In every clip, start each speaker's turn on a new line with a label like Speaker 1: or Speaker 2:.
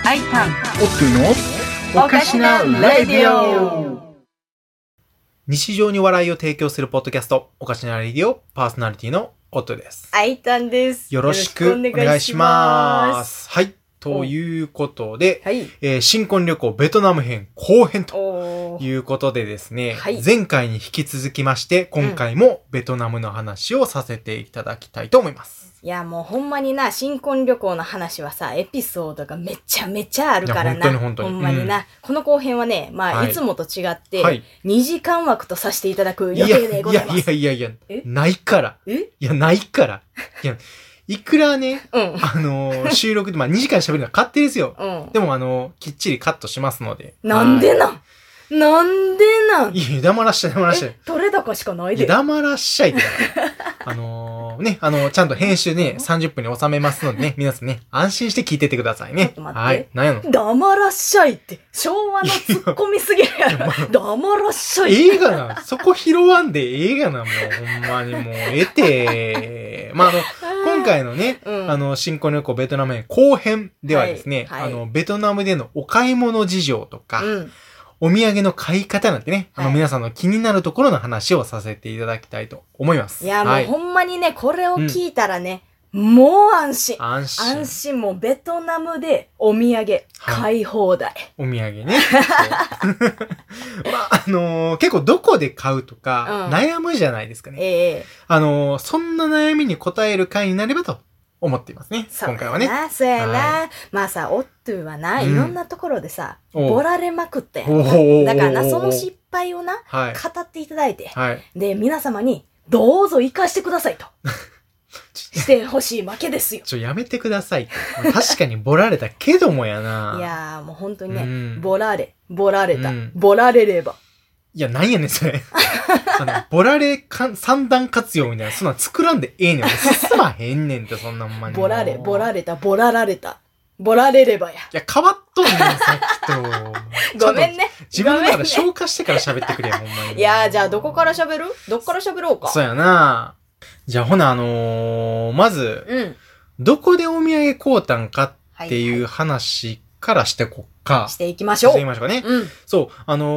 Speaker 1: アイタン
Speaker 2: オットゥのおかしなレディオ。日常に笑いを提供するポッドキャスト、おかしなレディオ、パーソナリティのオットゥです。
Speaker 1: アイタンです。
Speaker 2: よろしくお願いします。はい。ということで、
Speaker 1: はい、
Speaker 2: 新婚旅行ベトナム編後編ということでですね、
Speaker 1: はい、
Speaker 2: 前回に引き続きまして、今回もベトナムの話をさせていただきたいと思います。
Speaker 1: いやもうほんまにな、新婚旅行の話はさ、エピソードがめちゃめちゃあるからな。
Speaker 2: 本当に
Speaker 1: ほんまにな、この後編はね、まあ、いつもと違って、2時間枠とさせていただく予定でございます。
Speaker 2: いや、ないから。ないから。いくらね、収録で、2時間喋るのは勝手ですよ。でもきっちりカットしますので。
Speaker 1: なんでなんい
Speaker 2: や、黙らっしゃい。
Speaker 1: 取れ高しかないで。
Speaker 2: いや、黙らっしゃいってちゃんと編集ね、30分に収めますのでね、皆さんね、安心して聞いててくださいね。
Speaker 1: ちょっと待って。
Speaker 2: はい。何やの？
Speaker 1: 黙らっしゃいって、昭和のツッコミすぎるやろ。黙らっしゃい。
Speaker 2: 映画な、そこ拾わんで映画な、もう、ほんまにもう、今回のね、新婚旅行ベトナム編後編ではですね、ベトナムでのお買い物事情とか、お土産の買い方なんてね、皆さんの気になるところの話をさせていただきたいと思います。
Speaker 1: いや、もうほんまにね、これを聞いたらね、もう安心、もうベトナムでお土産買い放題。
Speaker 2: お土産ね。結構どこで買うとか、悩むじゃないですかね。そんな悩みに答える回になればと思っていますね。今回はね。
Speaker 1: そうやな。まあさ、オットゥはな、いろんなところでさ、ボラれまくったやん。だからな、その失敗をな、語っていただいて、で、皆様に、どうぞ活かしてくださいと。してほしいわけですよ。
Speaker 2: やめてください。確かにボラれたけどもやな。
Speaker 1: いやーもう本当にね、ボラれた、ボラれれば。
Speaker 2: いや、なんやねん、それ。ボラレ三段活用みたいな、そんなん作らんでええねん。進まへんねんって、そんなまに。
Speaker 1: ボラれた、ボラられた。ボラれればや。い
Speaker 2: や、変わっとんねん、さっ
Speaker 1: きと。ごめんね。
Speaker 2: 自分の中で消化してから喋ってくれよ、ほんまに。
Speaker 1: いやー、じゃあどこから喋ろうか。
Speaker 2: そうやな。じゃあほな、まず、どこでお土産買うたんかっていう話からしてこっか。
Speaker 1: していきましょう。
Speaker 2: していきましょうかね。そう、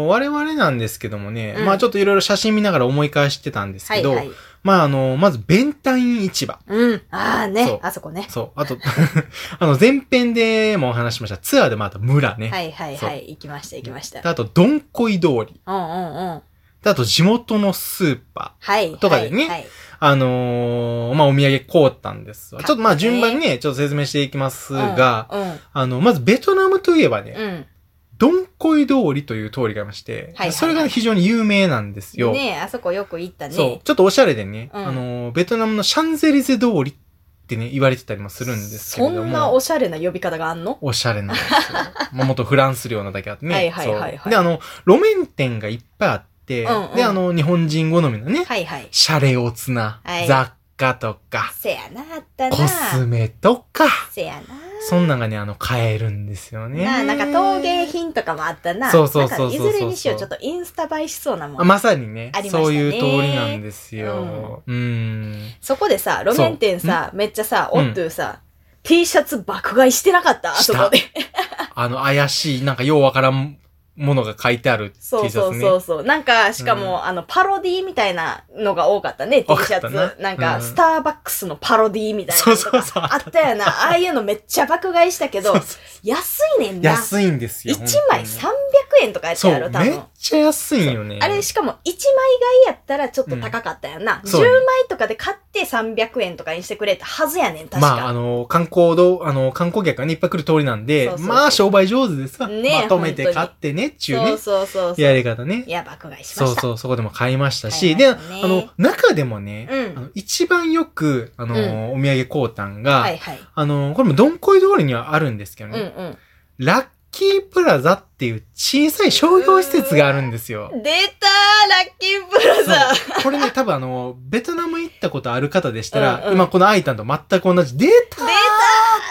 Speaker 2: 我々なんですけどもね、まあちょっといろいろ写真見ながら思い返してたんですけど、まあまず、ベンタイン市場。
Speaker 1: ああね、あそこね。
Speaker 2: そう。あと、前編でもお話しました、ツアーでまた村ね。
Speaker 1: 行きました。
Speaker 2: あと、どんこい通り。あと、地元のスーパー。とかでね。まあ、お土産買うたんですわ。ちょっとまあ順番にね、ちょっと説明していきますが、まずベトナムといえばね、ドンコイ通りという通りがありまして、それが非常に有名なんですよ。
Speaker 1: ね、あそこよく行ったね。
Speaker 2: そう。ちょっとおしゃれでね、ベトナムのシャンゼリゼ通りってね、言われてたりもするんですけれども。
Speaker 1: そんなおしゃれな呼び方があんの？
Speaker 2: おしゃれなんですよ。まあ、元フランス領なだけあってね。で、路面店がいっぱいあって、で、日本人好みのね、シャレオツな雑貨とか、
Speaker 1: せやな、あったな。
Speaker 2: コスメとか、
Speaker 1: せやな。
Speaker 2: そんなんがね、買えるんですよね。
Speaker 1: なんか陶芸品とかもあったな。
Speaker 2: そう。
Speaker 1: いずれにしよう、ちょっとインスタ映えしそうなもん。
Speaker 2: まさにね、そういう通りなんですよ。
Speaker 1: そこでさ、路面店さ、めっちゃさ、オットゥさ、T シャツ爆買いしてなかった？あそこで。
Speaker 2: 怪しい、なんかようわからんものが書いてある T シャツね。
Speaker 1: そう。なんか、しかも、パロディみたいなのが多かったね、T シャツ。なんか、スターバックスのパロディみたいなのとかあったよな。ああいうのめっちゃ爆買いしたけど、安いねんな。
Speaker 2: 安いんですよ。
Speaker 1: 1枚300円とかやったやろ、多分。
Speaker 2: めっちゃ安いんよね。
Speaker 1: あれ、しかも1枚買いやったらちょっと高かったよな。10枚とかで買って300円とかにしてくれたはずやねん、確か。
Speaker 2: まあ、観光客がね、いっぱい来る通りなんで、まあ、商売上手ですわ。まとめて買ってね、っていうね。
Speaker 1: そう。
Speaker 2: やり方ね。
Speaker 1: いや、爆買いしました。
Speaker 2: そこでも買いましたし、で、中でもね、一番よく、お土産買うたんが、これもどんこい通りにはあるんですけどね、ラッキープラザっていう小さい商業施設があるんですよ。
Speaker 1: 出たー、ラッキープラザ。
Speaker 2: これね、多分ベトナム行ったことある方でしたら、今このアイタンと全く同じ、出たーっ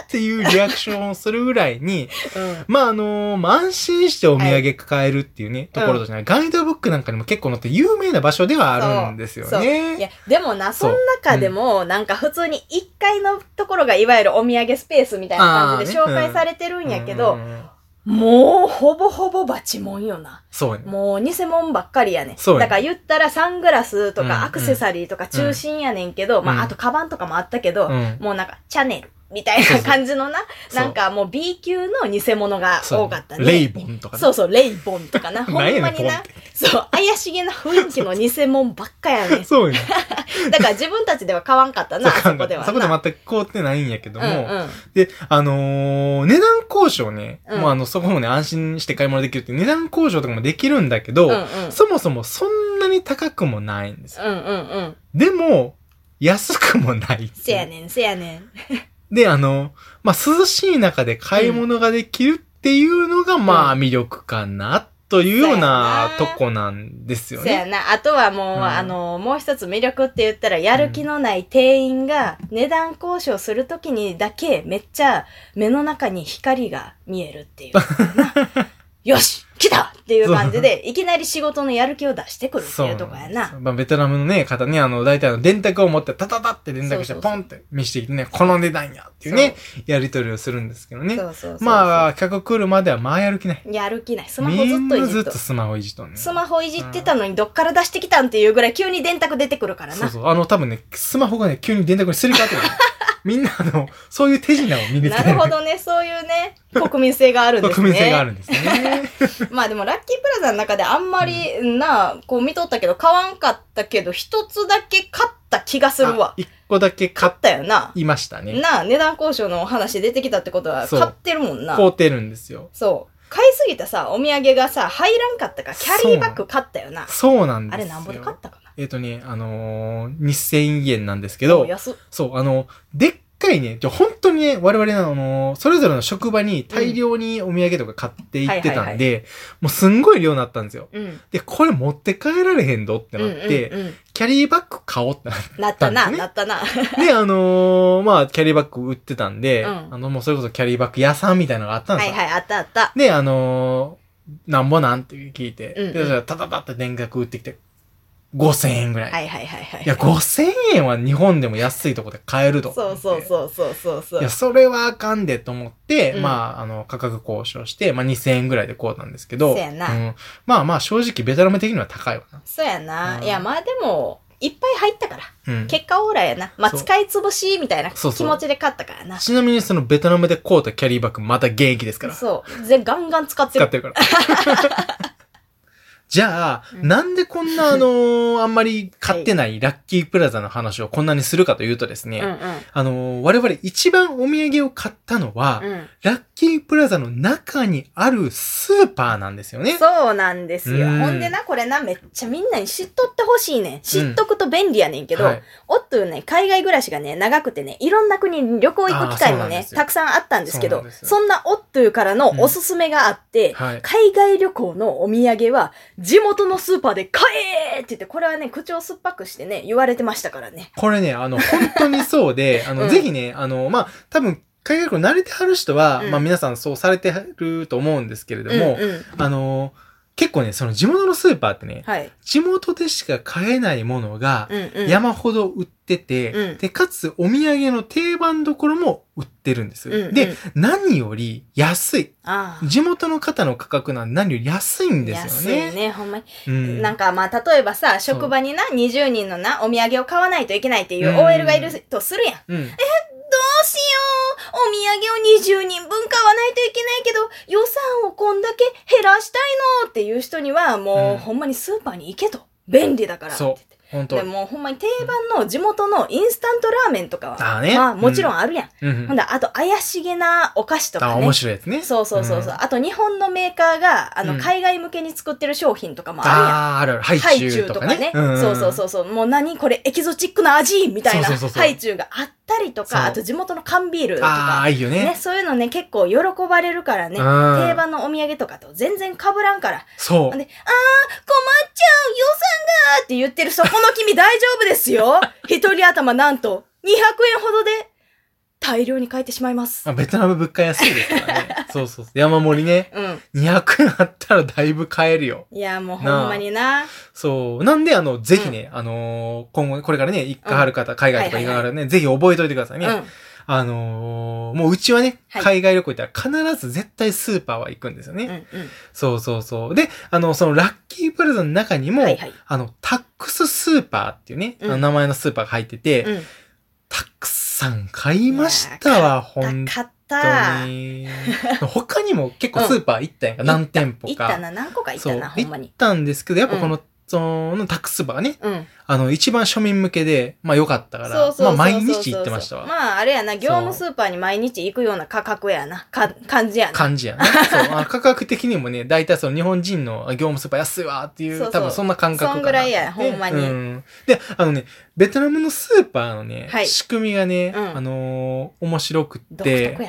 Speaker 2: っていうリアクションをするぐらいに、まあ安心してお土産買えるっていうね、ところとじゃない、ガイドブックなんかにも結構載って有名な場所ではあるんですよね。
Speaker 1: そういや、でもな、その中でも、なんか普通に1階のところがいわゆるお土産スペースみたいな感じで紹介されてるんやけど、もう、ほぼほぼバチモンよな。
Speaker 2: そうね。
Speaker 1: もう、偽物ばっかりやねん。そうね。だから言ったらサングラスとかアクセサリーとか中心やねんけど、まあ、あとカバンとかもあったけど、もうなんか、チャネルみたいな感じのな、なんかもう B 級の偽物が多かったね。
Speaker 2: レイボンとかね。
Speaker 1: そうそう、レイボンとかな。ほんまにな、そう、怪しげな雰囲気の偽物ばっかやねん。
Speaker 2: そうね。
Speaker 1: だから自分たちでは買わんかったな、そこでは。
Speaker 2: そこで全く買うてないんやけども。で、値段交渉ね、もうそこもね、安心して買い物できるって値段交渉とかもできるんだけど、そもそもそんなに高くもないんですよ。でも、安くもない。
Speaker 1: せやねん、せやねん。
Speaker 2: で、まあ、涼しい中で買い物ができるっていうのが、まあ、魅力かな、というようなとこなんですよね。
Speaker 1: そうやな。あとはもう、もう一つ魅力って言ったら、やる気のない店員が値段交渉するときにだけめっちゃ目の中に光が見えるっていう。よし来たっていう感じで、いきなり仕事のやる気を出してくるっていうとこやな。
Speaker 2: まあ、ベトナムのね、方ね、大体電卓を持って、タタタって電卓して、ポンって見してきてね、この値段やっていうね、やり取りをするんですけどね。まあ、客来るまでは、まあやる気ない。
Speaker 1: やる気ない。スマホずっといじっと。みんな
Speaker 2: ずっとスマホいじっとんね。
Speaker 1: スマホいじってたのに、どっから出してきたんっていうぐらい急に電卓出てくるからな。
Speaker 2: そうそう。多分ね、スマホがね、急に電卓にすり替わってる。みんなそういう手品を身につけてる。
Speaker 1: なるほどね、そういうね、国民性があるんですね。
Speaker 2: 国民性があるんですね。
Speaker 1: まあでもラッキープラザの中であんまりこう見とったけど、買わんかったけど、一つだけ買った気がするわ。
Speaker 2: 一個だけ
Speaker 1: 買ったよな。
Speaker 2: いましたね。
Speaker 1: 値段交渉の話出てきたってことは、買ってるもんな。
Speaker 2: 買ってるんですよ。
Speaker 1: そう。買いすぎたさ、お土産がさ、入らんかったから、キャリーバッグ買ったよな。
Speaker 2: そうなんですよ。
Speaker 1: あれなんぼで買ったかな。
Speaker 2: 2000円なんですけど、
Speaker 1: 安っ。
Speaker 2: そう、でっかいね、本当にね、我々それぞれの職場に大量にお土産とか買っていってたんで、もうすんごい量になったんですよ。で、これ持って帰られへんどってなって、キャリーバッグ買おうってなったんですね。
Speaker 1: なったな。
Speaker 2: で、まあ、キャリーバッグ売ってたんで、もうそれこそキャリーバッグ屋さんみたいなのがあったんですよ。
Speaker 1: あった。
Speaker 2: で、なんぼなんって聞いて、で、タタタって電卓売ってきて、5000円ぐらい。いや、5000円は日本でも安いとこで買えると。
Speaker 1: そう。
Speaker 2: いや、それはあかんでと思って、まあ、価格交渉して、まあ2000円ぐらいで買うたんですけど。
Speaker 1: そうやな。
Speaker 2: まあまあ、正直ベトナム的には高いわな。
Speaker 1: そうやな。いや、まあでも、いっぱい入ったから。結果オーラやな。まあ、使いつぶしみたいな気持ちで買ったからな。
Speaker 2: ちなみにそのベトナムで買うたキャリーバッグまた現役ですから。
Speaker 1: そう。ガンガン使ってる。
Speaker 2: 使ってるから。じゃあ、なんでこんなあんまり買ってないラッキープラザの話をこんなにするかというとですね、我々一番お土産を買ったのは、ラッキープラザの中にあるスーパーなんですよね。
Speaker 1: そうなんですよ。ほんでな、これな、めっちゃみんなに知っとってほしいねん。知っとくと便利やねんけど、おっとね、海外暮らしがね、長くてね、いろんな国に旅行行く機会もね、たくさんあったんですけど、そんなおっとからのおすすめがあって、海外旅行のお土産は、地元のスーパーで買えーって言って、これはね、口を酸っぱくしてね、言われてましたからね。
Speaker 2: これね、本当にそうで、ぜひね、まあ、多分、海外旅行慣れてはる人は、まあ皆さんそうされてると思うんですけれども、結構ね、その地元のスーパーってね、地元でしか買えないものが山ほど売ってて、で、かつお土産の定番どころも売ってるんです。で、何より安い。地元の方の価格なん何より安いんですよね。
Speaker 1: 安いね、ほんまに。なんかまあ、例えばさ、職場にな、20人のな、お土産を買わないといけないっていう OL がいるとするやん。どうしよう。お土産を20人分買わないといけないけど、予算をこんだけ減らしたいのっていう人には、もう、ほんまにスーパーに行けと。便利だからって言って。でもほんまに定番の地元のインスタントラーメンとかは、まあもちろんあるやん。ほんだあと怪しげなお菓子とかね。
Speaker 2: 面白いやつね。
Speaker 1: そう。あと日本のメーカーが、海外向けに作ってる商品とかもあるやん。
Speaker 2: ある。ハイチュウとかね。
Speaker 1: そう。もう何これエキゾチックな味みたいなハイチュウがあったりとか、あと地元の缶ビールとか。
Speaker 2: いいよね。
Speaker 1: そういうのね、結構喜ばれるからね。定番のお土産とかと全然被らんから。
Speaker 2: そう。
Speaker 1: で、困っちゃう予算がって言ってるそこの君大丈夫ですよ。一人頭なんと200円ほどで大量に買えてしまいます。
Speaker 2: ベトナム物価安いですからね。そうそう。山盛りね。200円あったらだいぶ買えるよ。
Speaker 1: いや、もうほんまにな。
Speaker 2: そう。なんで、ぜひね、今後、これからね、行かはる方、海外とか行かはるね、ぜひ覚えといてくださいね。もううちはね、海外旅行行ったら必ず絶対スーパーは行くんですよね。そうそうそう。で、そのラッキープラザの中にも、タックススーパーっていうね、名前のスーパーが入ってて、たくさん買いましたわ、ほんとに。他にも結構スーパー行ったんやんか、何店舗か。
Speaker 1: 行ったな、何個か行ったな、ほんまに。
Speaker 2: 行ったんですけど、やっぱこの、そのタックススーパーがね、一番庶民向けで、まあ良かったから、まあ毎日行ってましたわ。
Speaker 1: まああれやな、業務スーパーに毎日行くような価格やな、感じやな。
Speaker 2: 感じやな。そう、価格的にもね、大体その日本人の業務スーパー安いわっていう、多分そんな感覚かな。
Speaker 1: そんぐらいや、ほんまに。
Speaker 2: で、ベトナムのスーパーのね、仕組みがね、面白くって、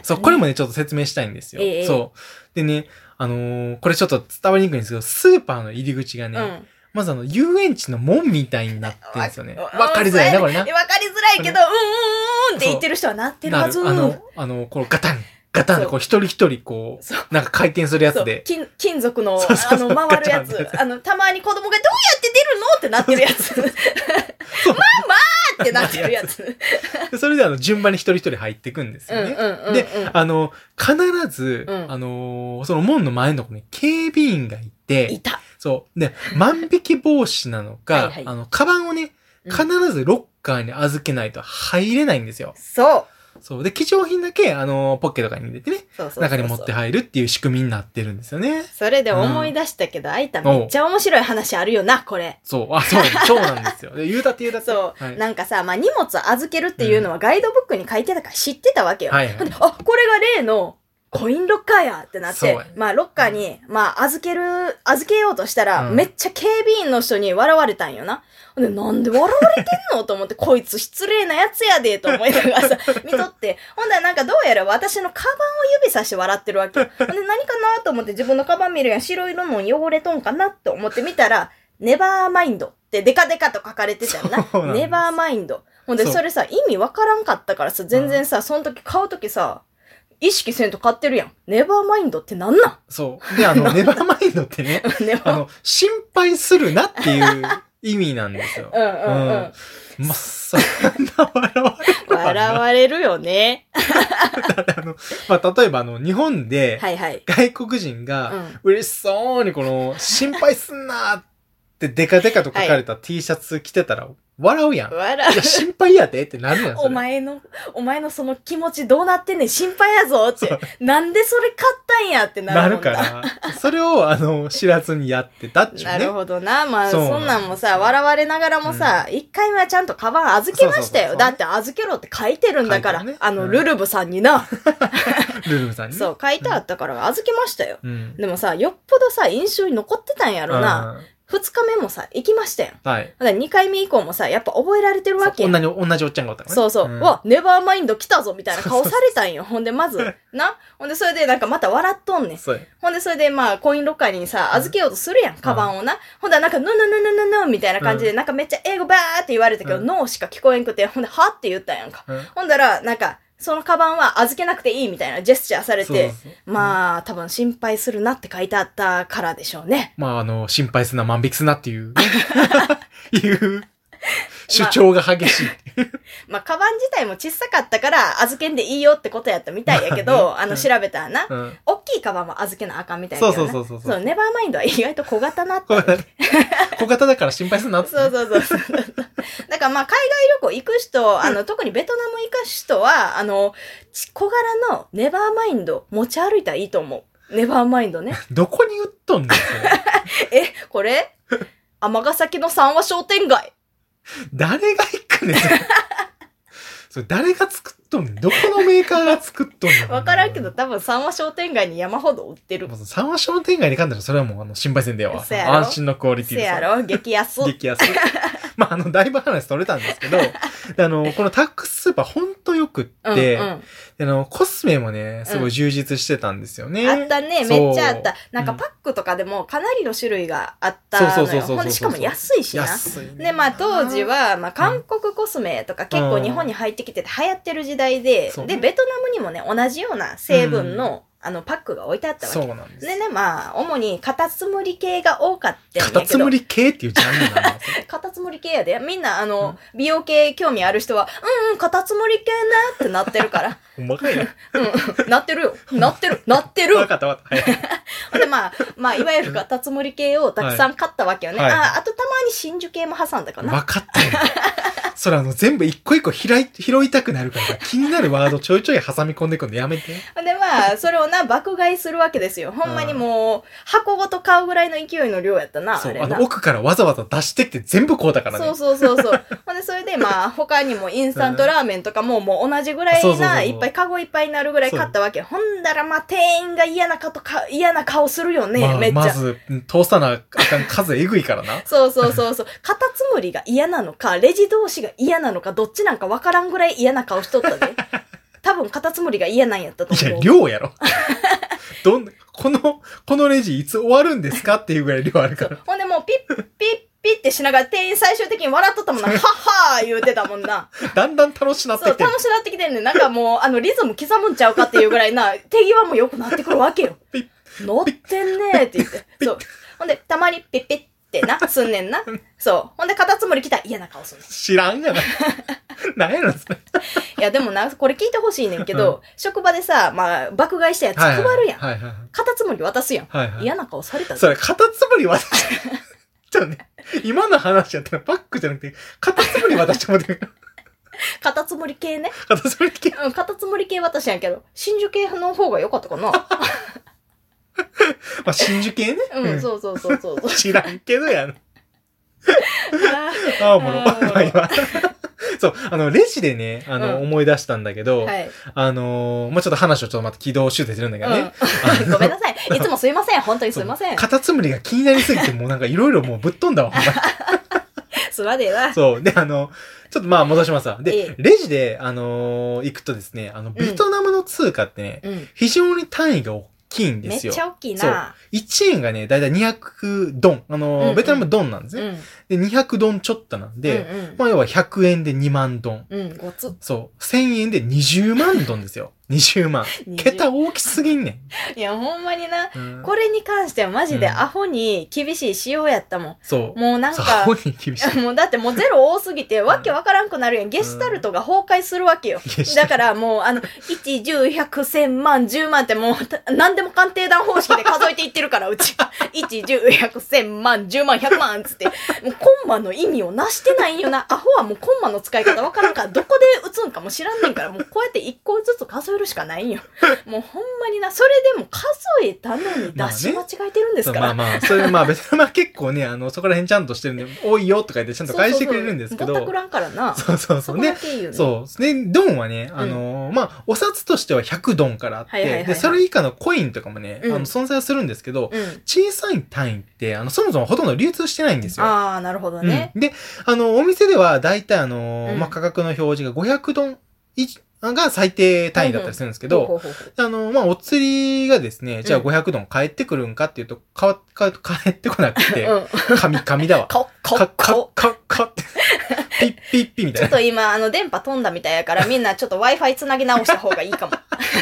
Speaker 2: そう、これもね、ちょっと説明したいんですよ。そう。でね、これちょっと伝わりにくいんですけど、スーパーの入り口がね、まず遊園地の門みたいになってるんですよね。わかりづらいな、これな。
Speaker 1: わかりづらいけど、って言ってる人はなってるはず。
Speaker 2: このガタン、ガタンでこう一人一人こう、なんか回転するやつで。
Speaker 1: 金属の、回るやつ。たまに子供がどうやって出るのってなってるやつ。ママってなってるやつ。
Speaker 2: それで順番に一人一人入っていくんですよね。で、必ず、その門の前のとこに警備員がいて、
Speaker 1: いた。
Speaker 2: そう。で、万引き防止なのか、カバンをね、必ずロッカーに預けないと入れないんですよ。
Speaker 1: そう。
Speaker 2: そう。で、貴重品だけ、ポッケとかに入れてね、中に持って入るっていう仕組みになってるんですよね。
Speaker 1: それで思い出したけど、あいためっちゃ面白い話あるよな、これ。
Speaker 2: そう。そうなんですよ。で、言うたって。
Speaker 1: そう。なんかさ、まあ、荷物預けるっていうのはガイドブックに書いてたから知ってたわけよ。これが例の、コインロッカーやってなって、まあ、ロッカーに、まあ、預けようとしたら、めっちゃ警備員の人に笑われたんよな。で、なんで笑われてんのと思って、こいつ失礼なやつやで、と思いながらさ、見とって、ほんだらなんかどうやら私のカバンを指さして笑ってるわけよ。で、何かなと思って自分のカバン見るやん、白色の汚れとんかなって思って見たら、ネバーマインドってデカデカと書かれてたよな。ネバーマインド。ほんで、それさ、意味わからんかったからさ、全然さ、その時買う時さ、意識せんと買ってるやん。ネバーマインドってなんなん？
Speaker 2: そう。で、ネバーマインドってね、心配するなっていう意味なんですよ。まあ、そんな
Speaker 1: 笑われるよね。
Speaker 2: だってまあ、例えば日本で、外国人が嬉しそうに心配すんなってデカデカと書かれた T シャツ着てたら、笑うやん。
Speaker 1: 笑う。
Speaker 2: いや、心配やでってなるやん。
Speaker 1: お前のその気持ちどうなってんねん、心配やぞって。なんでそれ買ったんやってなるもんな。
Speaker 2: なるから、それを知らずにやってたっちゅうね。
Speaker 1: なるほどな。まあ、そんなんもさ、笑われながらもさ、1回目はちゃんとカバン預けましたよ。だって預けろって書いてるんだから。ルルブさんにな。
Speaker 2: ルルブさんに。
Speaker 1: そう、書いてあったから預けましたよ。でもさ、よっぽどさ、印象に残ってたんやろな。2日目もさ、行きましたよ。はい。2回目以降もさ、やっぱ覚えられてるわけやん。
Speaker 2: 同じおっちゃんがおったからね。
Speaker 1: そうそう。わ、ネバーマインド来たぞみたいな顔されたんよ。ほんで、まず、ほんで、それでなんかまた笑っとんねん。ほんで、それでまあ、コインロッカーにさ、預けようとするやん、カバンをな。ほんで、なんか、ヌみたいな感じで、なんかめっちゃ英語バーって言われたけど、ノーしか聞こえんくて、ほんで、はって言ったやんか。ほんだら、なんか、そのカバンは預けなくていいみたいなジェスチャーされて、まあ、多分心配するなって書いてあったからでしょうね。
Speaker 2: まあ、心配すな、万引きすなっていう、いう主張が激しい。
Speaker 1: まあ、カバン自体も小さかったから、預けんでいいよってことやったみたいやけど、調べたらな、大きいカバンは預けなあかんみたいな。そう、ネバーマインドは意外と小型なって。
Speaker 2: 小型だから心配すんなって。
Speaker 1: そう。だからまあ、海外旅行行く人、特にベトナム行く人は、小柄のネバーマインド持ち歩いたらいいと思う。ネバーマインドね。
Speaker 2: どこに売っとんの
Speaker 1: これ尼崎の三和商店街。
Speaker 2: 誰が行くねん。それ誰が作っとんねん。どこのメーカーが作っとんねん。
Speaker 1: わからんけど、多分三和商店街に山ほど売ってる。
Speaker 2: 三和商店街に関してはそれはもう心配せんでよ。安心のクオリティ
Speaker 1: です。せやろ激安。
Speaker 2: 激安。まあ、だいぶ話取れたんですけど、 このタックススーパーほんとよくって、コスメもね、すごい充実してたんですよね。
Speaker 1: あったね、めっちゃあった。なんかパックとかでもかなりの種類があったのよ。ほんでしかも安いしな。
Speaker 2: 安いね。
Speaker 1: で、まあ当時は、まあ韓国コスメとか結構日本に入ってきてて流行ってる時代で、で、ベトナムにもね、同じような成分の、パックが置いてあったわけ。
Speaker 2: そうなんです。
Speaker 1: でね、まあ、主にカタツムリ系が多かったんだけど。
Speaker 2: カタツムリ系っていうジャンルなんですよ。
Speaker 1: カタツムリ系やで。みんな、美容系興味ある人は、カタツムリ系ねってなってるから。
Speaker 2: ほんまかいな。
Speaker 1: なってるよ。なってる。
Speaker 2: わかったわかった。
Speaker 1: ほんで、まあ、いわゆるカタツムリ系をたくさん買ったわけよね。あとたまに真珠系も挟んだかな。
Speaker 2: わかったよ。それ全部一個一個拾いたくなるから気になるワードちょいちょい挟み込んでくんでやめて。
Speaker 1: で、まあ、それを爆買いするわけですよ。ほんまにもう、箱ごと買うぐらいの勢いの量やったな。
Speaker 2: そう、奥からわざわざ出してきて全部買うたからね。
Speaker 1: そう。ほんで、それでまあ、他にもインスタントラーメンとかももう同じぐらいな、いっぱいカゴいっぱいになるぐらい買ったわけ。ほんだらまあ、店員が嫌な顔するよね、めっちゃ。
Speaker 2: まず、通さなあかん数えぐいからな。
Speaker 1: そう。カタツムリが嫌なのか、レジ同士が嫌なのか、どっちなんかわからんぐらい嫌な顔しとったで。多分カタツムリが嫌なんやったと思う。
Speaker 2: いや、量やろ。このレジいつ終わるんですかっていうぐらい量あるから。
Speaker 1: ほんでもうピッってしながら店員最終的に笑っとったもんな。はっはー言うてたもんな。
Speaker 2: だんだん楽しなってきてる。
Speaker 1: そう、楽しなってきてんねん。なんかもう、リズム刻むんちゃうかっていうぐらいな、手際も良くなってくるわけよ。乗ってんねーって言って。そう。ほんで、たまにピッピッってな、すんねんな。そう。ほんで、カタツムリ来たら嫌な顔すんねん。
Speaker 2: 知らんがな。何やろそれ。
Speaker 1: いや、でもな、これ聞いてほしいねんけど、職場でさ、まあ、爆買いしたやつ配るやん。カタツムリ渡すやん。嫌な顔された
Speaker 2: それ、カタツムリ渡して。ちょっとね、今の話やったらパックじゃなくて、カタツムリ渡してもらってる。
Speaker 1: カタツムリ系ね。
Speaker 2: カタツムリ系
Speaker 1: カタツムリ系渡しやんけど、真珠系の方が良かったかな。
Speaker 2: まあ、真珠系ね。
Speaker 1: そう。
Speaker 2: 知らんけどやん。おもろ。そう、レジでね、思い出したんだけど、まあ、ちょっと話をちょっとまた軌道修正するんだけどね。
Speaker 1: ごめんなさい。いつもすいません。本当にすいません。
Speaker 2: カタツムリが気になりすぎて、もうなんかいろいろもうぶっ飛んだわ、ほんま。
Speaker 1: すまねえな。
Speaker 2: そう。で、ちょっとまあ戻しますわ。で、レジで、行くとですね、ベトナムの通貨ってね、非常に単位が大きいんですよ。
Speaker 1: めっちゃ大きいな。
Speaker 2: 1円がね、だいたい200ドン。ベトナムドンなんですね。で、200ドンちょっとなんで、まあ要は100円で2万ドン。
Speaker 1: ごつ。
Speaker 2: そう。1000円で20万ドンですよ。20万。桁大きすぎんね
Speaker 1: ん。いや、ほんまにな、これに関してはマジでアホに厳しい仕様やったもん。
Speaker 2: そう。
Speaker 1: もうなんか、
Speaker 2: アホに厳しい。
Speaker 1: もうだってもうゼロ多すぎて、わけわからんくなるやん。ゲシュタルトが崩壊するわけよ。だからもう、1、10、100、1000万、10万ってもう、何でも鑑定団方式で数えていってるから、うち。1、10、100、1000万、10万、100万つって、もうコンマの意味をなしてないんよな。アホはもうコンマの使い方わからんから、どこで打つんかも知らんねんから、もうこうやって1個ずつ数えるしかないんよ。もうほんまにな、それでも数えたのに出し間違えてるんですから。
Speaker 2: それまあ別にまあ結構ね、そこら辺ちゃんとしてるんで、多いよとか言ってちゃんと返してくれるんですけど。
Speaker 1: ぼったくらんからな。
Speaker 2: そう。ね。そう。で、ドンはね、まあ、お札としては100ドンからあって、で、それ以下のコインとかもね、存在はするんですけど、小さい単位って、そもそもほとんど流通してないんですよ。
Speaker 1: ああ、なるほどね。
Speaker 2: で、お店では大体まあ、価格の表示が500ドンが最低単位だったりするんですけど、まあ、お釣りがですね、じゃあ500ドン返ってくるんかっていうと、返ってこなくて、紙だわ。ってピッピッピみたいな。
Speaker 1: ちょっと今、電波飛んだみたいやから、みんなちょっと Wi-Fi つなぎ直した方がいいかも。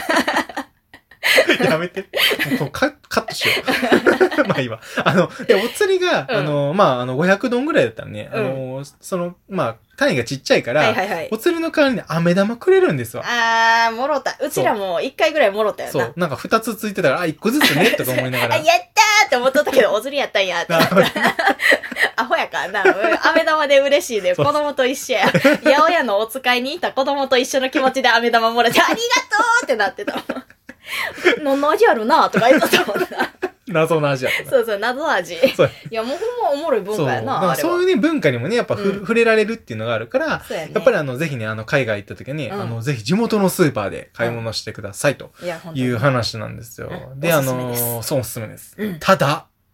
Speaker 2: やめて。もうカットしよう。まあいいわ。で、お釣りが、まあ、500ドンぐらいだったらね、まあ、単位がちっちゃいから、お釣りの代わりに飴玉くれるんですわ。
Speaker 1: あー、もろた。うちらも1回ぐらいもろたよな。
Speaker 2: そう。なんか2つついてたから、1個ずつね、とか思いながら。
Speaker 1: やったーって思っとったけど、お釣りやったんやって。アホやからな。飴玉で嬉しいで、子供と一緒や。八百屋のお使いにいた子供と一緒の気持ちで飴玉もらって、ありがとうってなってたもん。何の味あるなとか言っとったもんな。
Speaker 2: 謎の味やった。
Speaker 1: そう、謎味。いや、もうほんまおもろい文化やな。
Speaker 2: そういうね、文化にもね、やっぱ触れられるっていうのがあるから、やっぱりぜひね、海外行った時はね、ぜひ地元のスーパーで買い物してくださいという話なんですよ。で、そう、おすすめです。ただ、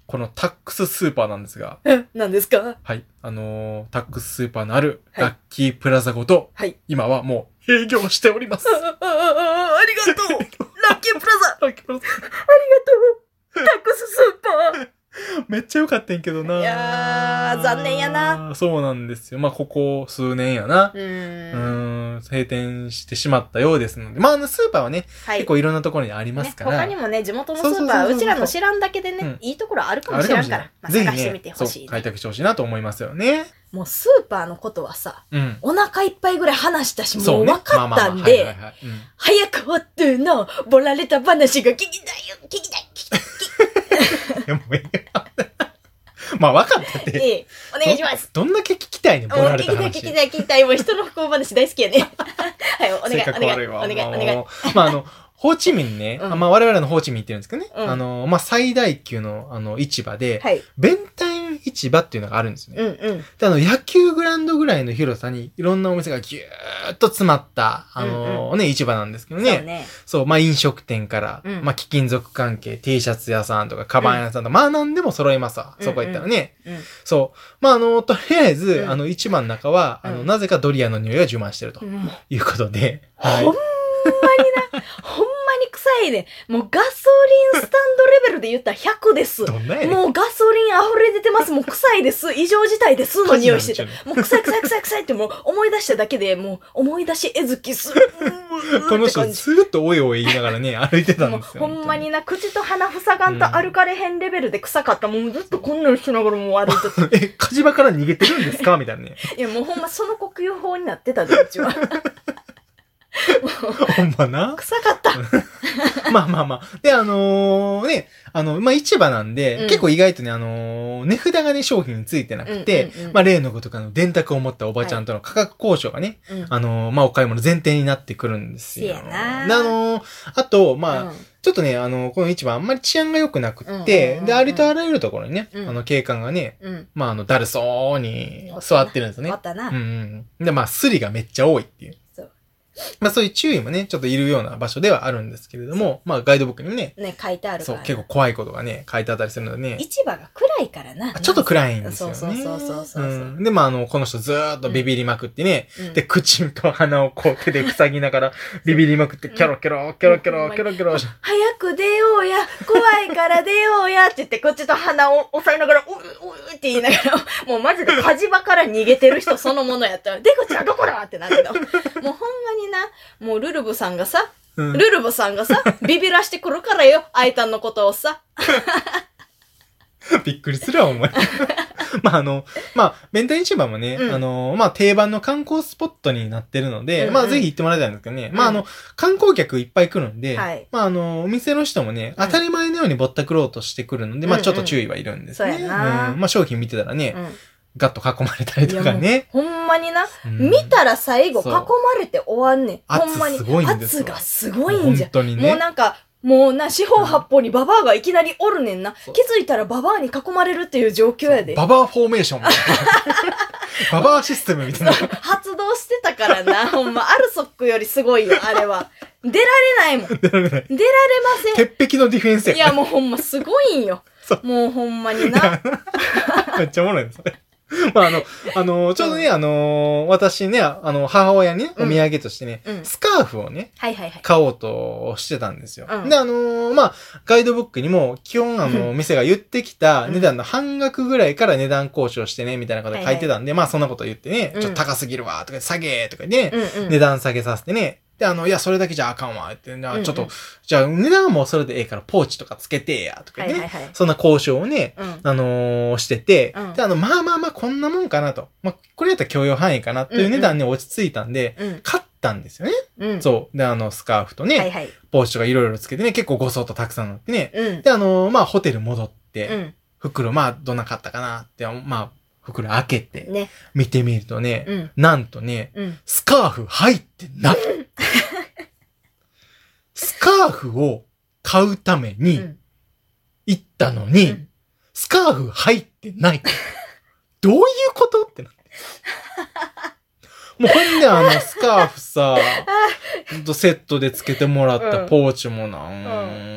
Speaker 2: このタックススーパーなんですが。
Speaker 1: 何ですか？
Speaker 2: はい。タックススーパーのあるラッキープラザごと、はい、今はもう営業しております。
Speaker 1: ありがとうラッキープラザありがとうタックススーパー
Speaker 2: めっちゃ良かったんけどな。
Speaker 1: いやー、残念やな。
Speaker 2: そうなんですよ。まあ、ここ数年やな。閉店してしまったようですので。まあ、スーパーはね、はい、結構いろんなところにありますから。
Speaker 1: 他にもね、地元のスーパー、うちらの知らんだけでね、いいところあるかもしれんから、まあ、探してみてほしい、ね。
Speaker 2: 開拓してほしいなと思いますよね。
Speaker 1: もうスーパーのことはさ、お腹いっぱいぐらい話したし、もう分かったんで、早くホットのボラれた話が聞きたいよ、聞きたい。
Speaker 2: いやもういいまあ分かったって。
Speaker 1: ええ、お願いします。
Speaker 2: どんだけ聞きたいね、ボラれた話。
Speaker 1: 聞きたい。もう人の不幸話大好きやね。はい、お願い。
Speaker 2: まあホーチミンね、まあ我々のホーチミンって言うんですけどね、まあ最大級の市場で、ベンタイン市場っていうのがあるんですよね。で野球グラウンドぐらいの広さにいろんなお店がぎゅーっと詰まった、ね、市場なんですけどね。そう、まあ飲食店から、まあ貴金属関係、T シャツ屋さんとか、カバン屋さんとか、まあ何でも揃いますわ。そこ行ったらね。そう。まあとりあえず、市場の中は、なぜかドリアの匂いが充満してるということで。
Speaker 1: はい。ほんまに臭いね。もうガソリンスタンドレベルで言ったら100です。
Speaker 2: どんなやねん。
Speaker 1: もうガソリン溢れ出てます。もう臭いです。異常事態です。の匂いしてた。もう臭いってもう思い出しただけでもう思い出しえずきする。
Speaker 2: この人ずーっとおいおい言いながらね、歩いてたんですよ。
Speaker 1: ほんまにな、口と鼻塞がんと歩かれへんレベルで臭かった。もうずっとこんなにしながらもう歩いて
Speaker 2: た。火事場から逃げてるんですかみたいなね。
Speaker 1: いやもうほんまその呼吸法になってたで、うちは。
Speaker 2: ほんまな。
Speaker 1: 臭かった。
Speaker 2: まあ。で、ね、まあ、市場なんで、結構意外とね、値札がね、商品についてなくて、まあ、例のごとく電卓を持ったおばちゃんとの価格交渉がね、まあ、お買い物前提になってくるんですよ。
Speaker 1: せやな。
Speaker 2: で、あと、まあ、ちょっとね、この市場あんまり治安が良くなくって、で、ありとあらゆるところにね、警官がね、まあ、だるそうに座ってるんですよね。で、まあ、スリがめっちゃ多いっていう。まあそういう注意もね、ちょっといるような場所ではあるんですけれども、まあガイドブックにもね、
Speaker 1: 書いてあるから。
Speaker 2: そう、結構怖いことがね、書いてあったりするのでね。
Speaker 1: 市場が暗いからな。
Speaker 2: ちょっと暗いんですよね。
Speaker 1: そう。
Speaker 2: で、まあこの人ずーっとビビりまくってね、で、口と鼻をこう手で塞ぎながら、ビビりまくって、キョロキョロ。
Speaker 1: 早く出ようや、怖いから出ようやって言って、口と鼻を押さえながら、ういって言いながら、もうマジで火事場から逃げてる人そのものやったら、出口はどこだってなってた。もうほんまにな、もうルルブさんがさ、ビビらしてくるからよ、あいたんのことをさ。
Speaker 2: びっくりするわ、お前。まあ、ベンタイン市場もね、まあ、定番の観光スポットになってるので、まあ、ぜひ行ってもらいたいんですけどね。まあ、観光客いっぱい来るんで、まあ、お店の人もね、当たり前のようにぼったくろうとしてくるので、まあ、ちょっと注意はいるんですね。まあ、商品見てたらね、ガッと囲まれたりとかね。
Speaker 1: ほんまにな、見たら最後囲まれて終わんねん。ほんまに。圧がすごいんじゃん。
Speaker 2: 本当にね。
Speaker 1: もうなんか、もうな、四方八方にババアがいきなりおるねんな。気づいたらババアに囲まれるっていう状況やで。
Speaker 2: ババアフォーメーション。ババアシステムみたいな。
Speaker 1: 発動してたからな。ほんま、アルソックよりすごいよ、あれは。出られないもん。出られません。
Speaker 2: 鉄壁のディフェンスや。
Speaker 1: いや、もうほんますごいんよ。もうほんまにな。
Speaker 2: めっちゃおもろいです。まあちょうどね、私ね、母親にね、お土産としてね、スカーフをね、買おうとしてたんですよ。で、まあ、ガイドブックにも、基本店が言ってきた値段の半額ぐらいから値段交渉してね、みたいなこと書いてたんで、まあ、そんなこと言ってね、ちょっと高すぎるわ、とか、下げとかね、値段下げさせてね、で、いや、それだけじゃあかんわ、って、ちょっと、じゃあ、値段はもうそれでええから、ポーチとかつけてや、とかね。そんな交渉をね、してて、で、まあ、こんなもんかなと。まあ、これやったら許容範囲かなっていう値段に落ち着いたんで、買ったんですよね。そう。で、スカーフとね、ポーチとかいろいろつけてね、結構ごそっとたくさんなってね。で、まあ、ホテル戻って、袋、まあ、どんな買ったかなって、まあ、袋開けて、見てみるとね、なんとね、スカーフ入ってない。スカーフを買うために行ったのに、スカーフ入ってない。どういうことってなって。もうほんでスカーフさ、セットでつけてもらったポーチもなん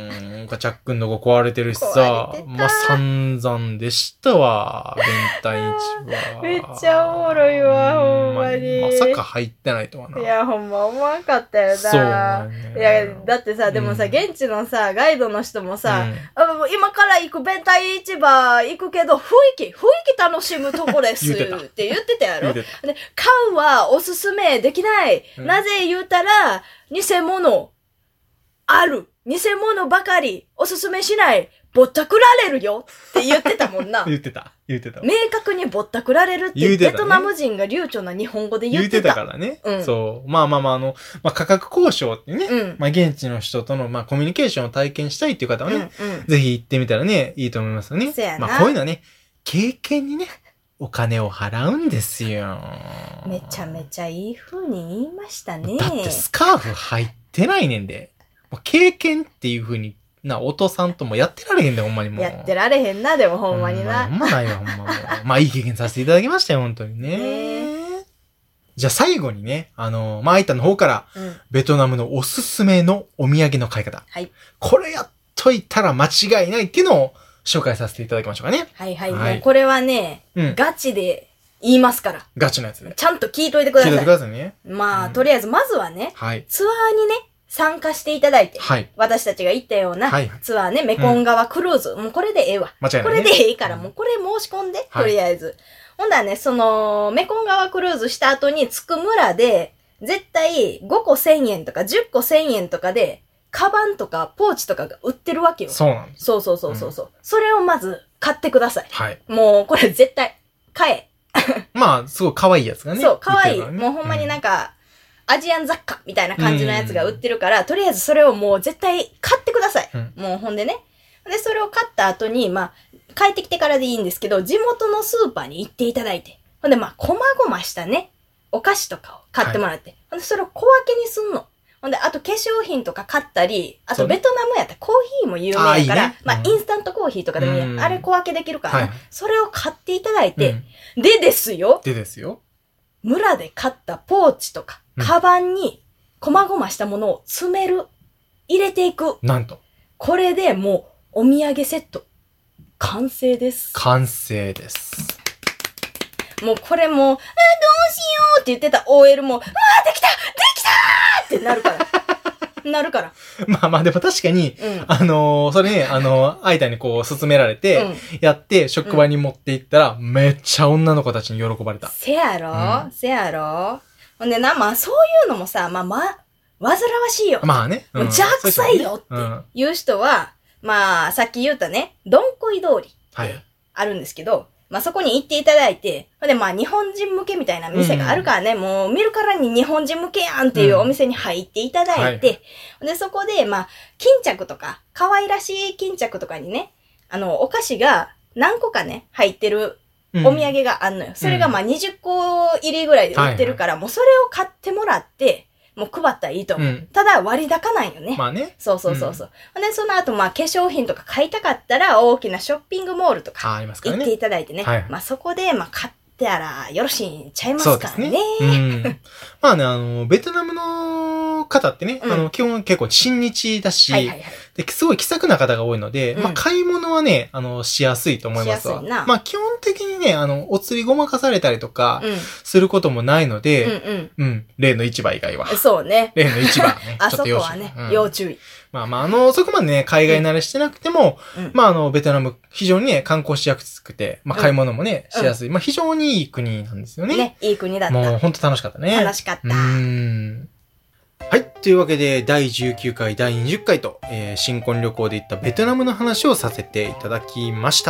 Speaker 2: ガチャックんのが壊れてるしさ。まあ、散々でしたわ。弁天市は。
Speaker 1: めっちゃおもろいわ、ほんまに。
Speaker 2: まさか入ってないとはな。
Speaker 1: いや、ほんま思わんかったよな。そうね。いや、だってさ、でもさ、現地のさ、ガイドの人もさ、今から行く弁天市場行くけど、雰囲気楽しむとこですって言ってたやろ。で、買うはおすすめできない。なぜ言うたら、偽物ある。偽物ばかりおすすめしない。ぼったくられるよって言ってたもんな。
Speaker 2: 言ってた。明
Speaker 1: 確にぼったくられるってベトナム人が流暢な日本語で言ってた。
Speaker 2: 言ってたからね。そう。まあ価格交渉ってね、まあ現地の人とのコミュニケーションを体験したいっていう方はね、ぜひ行ってみたらね、いいと思いますよね。まあこういうのはね、経験にね、お金を払うんですよ。
Speaker 1: めちゃめちゃいい風に言いましたね。
Speaker 2: だってスカーフ入ってないねんで。経験っていう風にお父さんともやってられへんで、ほんまにもう。
Speaker 1: やってられへんな、でもほんまにな。
Speaker 2: ほんまないわ、ほんまもう。まあいい経験させていただきましたよ、ほんとにね。じゃあ最後にね、まああいたの方から、ベトナムのおすすめのお土産の買い方。はい。これやっといたら間違いないっていうのを紹介させていただきましょうかね。
Speaker 1: はいはい。もうこれはね、ガチで言いますから。
Speaker 2: ガチのやつね。
Speaker 1: ちゃんと聞いといてください。
Speaker 2: 聞いといてくださいね。
Speaker 1: まあ、とりあえず、まずはね、ツアーにね、参加していただいて、私たちが行ったようなツアーね、メコン川クルーズ。もうこれでええわ。
Speaker 2: 間違いない。
Speaker 1: これでええから、もうこれ申し込んで、とりあえず。ほんだらね、その、メコン川クルーズした後に着く村で、絶対5個1000円とか10個1000円とかで、カバンとかポーチとかが売ってるわけよ。
Speaker 2: そうなんです。
Speaker 1: そう。それをまず買ってください。
Speaker 2: はい。
Speaker 1: もうこれ絶対買え。
Speaker 2: まあ、すごい可愛いやつがね。
Speaker 1: そう、可愛い。もうほんまになんか、アジアン雑貨みたいな感じのやつが売ってるから、とりあえずそれをもう絶対買ってください。もうほんでね。で、それを買った後に、まあ、帰ってきてからでいいんですけど、地元のスーパーに行っていただいて、ほんでまあ、こまごましたね、お菓子とかを買ってもらって、ほんでそれを小分けにすんの。ほんで、あと化粧品とか買ったり、あとベトナムやったらコーヒーも有名やから、まあ、インスタントコーヒーとかでもいいや。あれ小分けできるから、それを買っていただいて、でですよ。村で買ったポーチとか、カバンに、こまごましたものを詰める。入れていく。
Speaker 2: なんと。
Speaker 1: これでもう、お土産セット、完成です。
Speaker 2: 完成です。
Speaker 1: もうこれも、どうしようって言ってた OL も、できたってなるから。なるから。
Speaker 2: まあでも確かに、それね、あいたにこう勧められて、やって、職場に持って行ったら、めっちゃ女の子たちに喜ばれた。
Speaker 1: せやろほんでな、まあそういうのもさ、煩わしいよ。
Speaker 2: まあね。
Speaker 1: 邪悪さいよっていう人は、まあさっき言ったね、どんこい通りってあるんですけど、まあそこに行っていただいて、ほんでまあ日本人向けみたいな店があるからね、もう見るからに日本人向けやんっていうお店に入っていただいて、でそこでまあ巾着とか、可愛らしい巾着とかにね、お菓子が何個かね、入ってるお土産があんのよ。それがまあ20個入りぐらいで売ってるから、もうそれを買ってもらって、もう配ったらいいと思う。ただ割高なんよね。
Speaker 2: まあね。
Speaker 1: そう。で、その後まあ化粧品とか買いたかったら大きなショッピングモールとか行っていただいてね。まあそこでまあ買ったらよろしいんちゃいますかね。
Speaker 2: まあね、ベトナムの方ってね、基本結構親日だし、すごい気さくな方が多いので、まあ買い物はね、しやすいと思いますわ。まあ基本的にね、お釣りごまかされたりとか、することもないので、例の市場以外は。
Speaker 1: そうね。
Speaker 2: 例の市場ね。
Speaker 1: あそこはね、要注意。
Speaker 2: まあそこまでね、海外慣れしてなくても、まあベトナム、非常にね、観光しやすくて、まあ買い物もね、しやすい。まあ非常にいい国なんですよね。
Speaker 1: ね、いい国だった。
Speaker 2: もうほんと楽しかったね。
Speaker 1: 楽しかった。
Speaker 2: はい。というわけで、第19回、第20回と、新婚旅行で行ったベトナムの話をさせていただきました。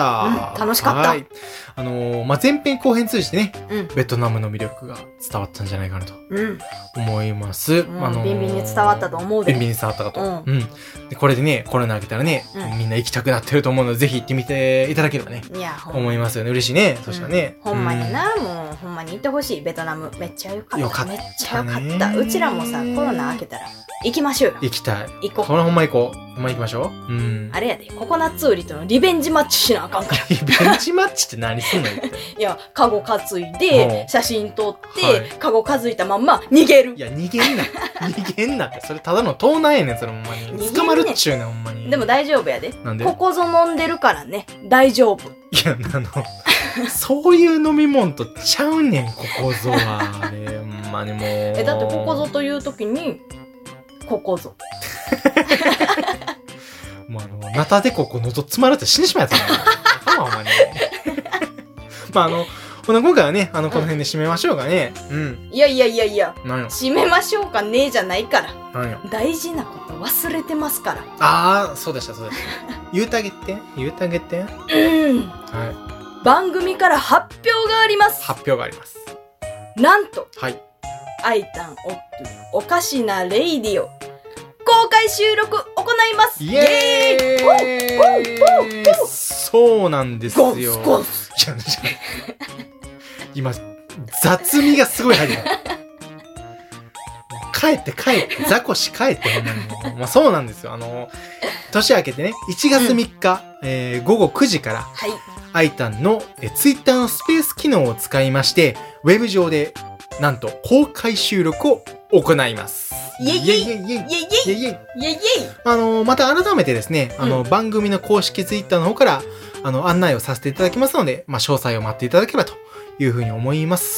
Speaker 1: 楽しかった。はい。
Speaker 2: まあ、前編後編通じてね、ベトナムの魅力が伝わったんじゃないかなと思います。
Speaker 1: ビンビンに伝わったと思うで。
Speaker 2: ビンビンに伝わったかと。で、これでね、コロナ明けたらね、みんな行きたくなってると思うので、ぜひ行ってみていただければね、思いますよね。嬉しいね。そしたらね。
Speaker 1: ほんまにな、もう、ほんまに行ってほしい、ベトナム。めっちゃよかった。めっちゃよかった。うちらもさ、コロナナ開けたら。行きましょうよ。
Speaker 2: 行きたい。
Speaker 1: 行こう。
Speaker 2: これほんま行こう。ほんま行きましょう。うん。
Speaker 1: あれやで、ココナッツ売りとのリベンジマッチしなあかんから。
Speaker 2: リベンジマッチって何すんの？い
Speaker 1: や、カゴ担いで、写真撮って、カゴ担いだまんま逃げる。
Speaker 2: いや、逃げんな。逃げんなって。それただの盗難やねん、それほんまに。捕まるっちゅうねん、ほんまに。
Speaker 1: でも大丈夫やで。
Speaker 2: なんで？
Speaker 1: ここぞ飲んでるからね。大丈夫。
Speaker 2: いや、そういう飲み物とちゃうねん、ここぞは。あれ、ほんまにもう。
Speaker 1: だってここぞという時に、ここぞ。
Speaker 2: もうナタデココ喉詰まるって死んでしまうやつやな。ほんまに。まあ今回はね、この辺で締めましょうかね。うん。
Speaker 1: いや。締めましょうかねじゃないから。
Speaker 2: 何よ。
Speaker 1: 大事なこと忘れてますから。
Speaker 2: ああ、そうでした。言うてあげて。
Speaker 1: はい。番組から発表があります。なんと。
Speaker 2: はい。
Speaker 1: アイタンオットゥおかしなレイディオ公開収録行います。
Speaker 2: イエーイ。そうなんですよ。
Speaker 1: ゴス
Speaker 2: 今雑味がすごい入る。帰ってザコシ帰ってほんまに。まあそうなんですよ。年明けてね1月3日、午後9時から、
Speaker 1: はい、
Speaker 2: アイタンのツイッターのスペース機能を使いましてウェブ上でなんと公開収録を行います。
Speaker 1: イエイイエイイエイイエイイエイイエイ。
Speaker 2: また改めてですね、番組の公式ツイッターの方から案内をさせていただきますので、まあ詳細を待っていただければというふうに思います。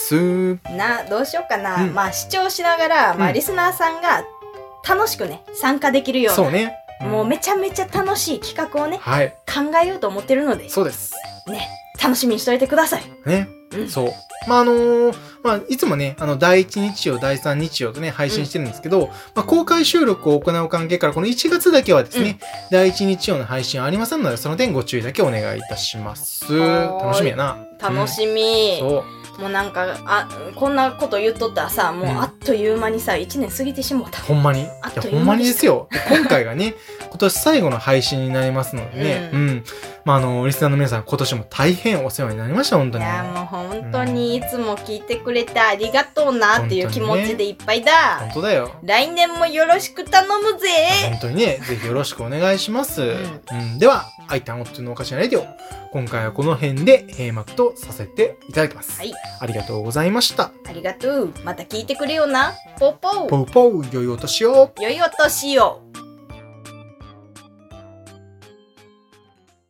Speaker 1: どうしようかな。まあ視聴しながら、まあリスナーさんが楽しくね参加できるような。
Speaker 2: そうね。
Speaker 1: もうめちゃめちゃ楽しい企画をね、
Speaker 2: はい、
Speaker 1: 考えようと思ってるので。
Speaker 2: そうです。
Speaker 1: ね、楽しみにしといてください。
Speaker 2: ね。そう。まあ、いつもね、第1日曜、第3日曜とね、配信してるんですけど、まあ、公開収録を行う関係から、この1月だけはですね、第1日曜の配信はありませんので、その点ご注意だけお願いいたします。楽しみやな。
Speaker 1: 楽しみ。
Speaker 2: そう。
Speaker 1: もうなんか、こんなこと言っとったらさ、もうあっという間にさ、1年過ぎてしもうた。
Speaker 2: ほんまに。ほんまにですよ。今回がね、今年最後の配信になりますのでね。まあリスナーの皆さん、今年も大変お世話になりました、本当に。
Speaker 1: いや、もう本当にいつも聞いてくれてありがとうなっていう気持ちでいっぱいだ。
Speaker 2: 本当だよ。
Speaker 1: 来年もよろしく頼むぜ。
Speaker 2: 本当にね、ぜひよろしくお願いします。では、アイタンオットゥのおかしなレディオ。今回はこの辺で閉幕とさせていただきます。はい。ありがとうございました。
Speaker 1: ありがとう。また聞いてくれよな。ポーポー。
Speaker 2: ポーポー。良いお年を。
Speaker 1: 良いお年を。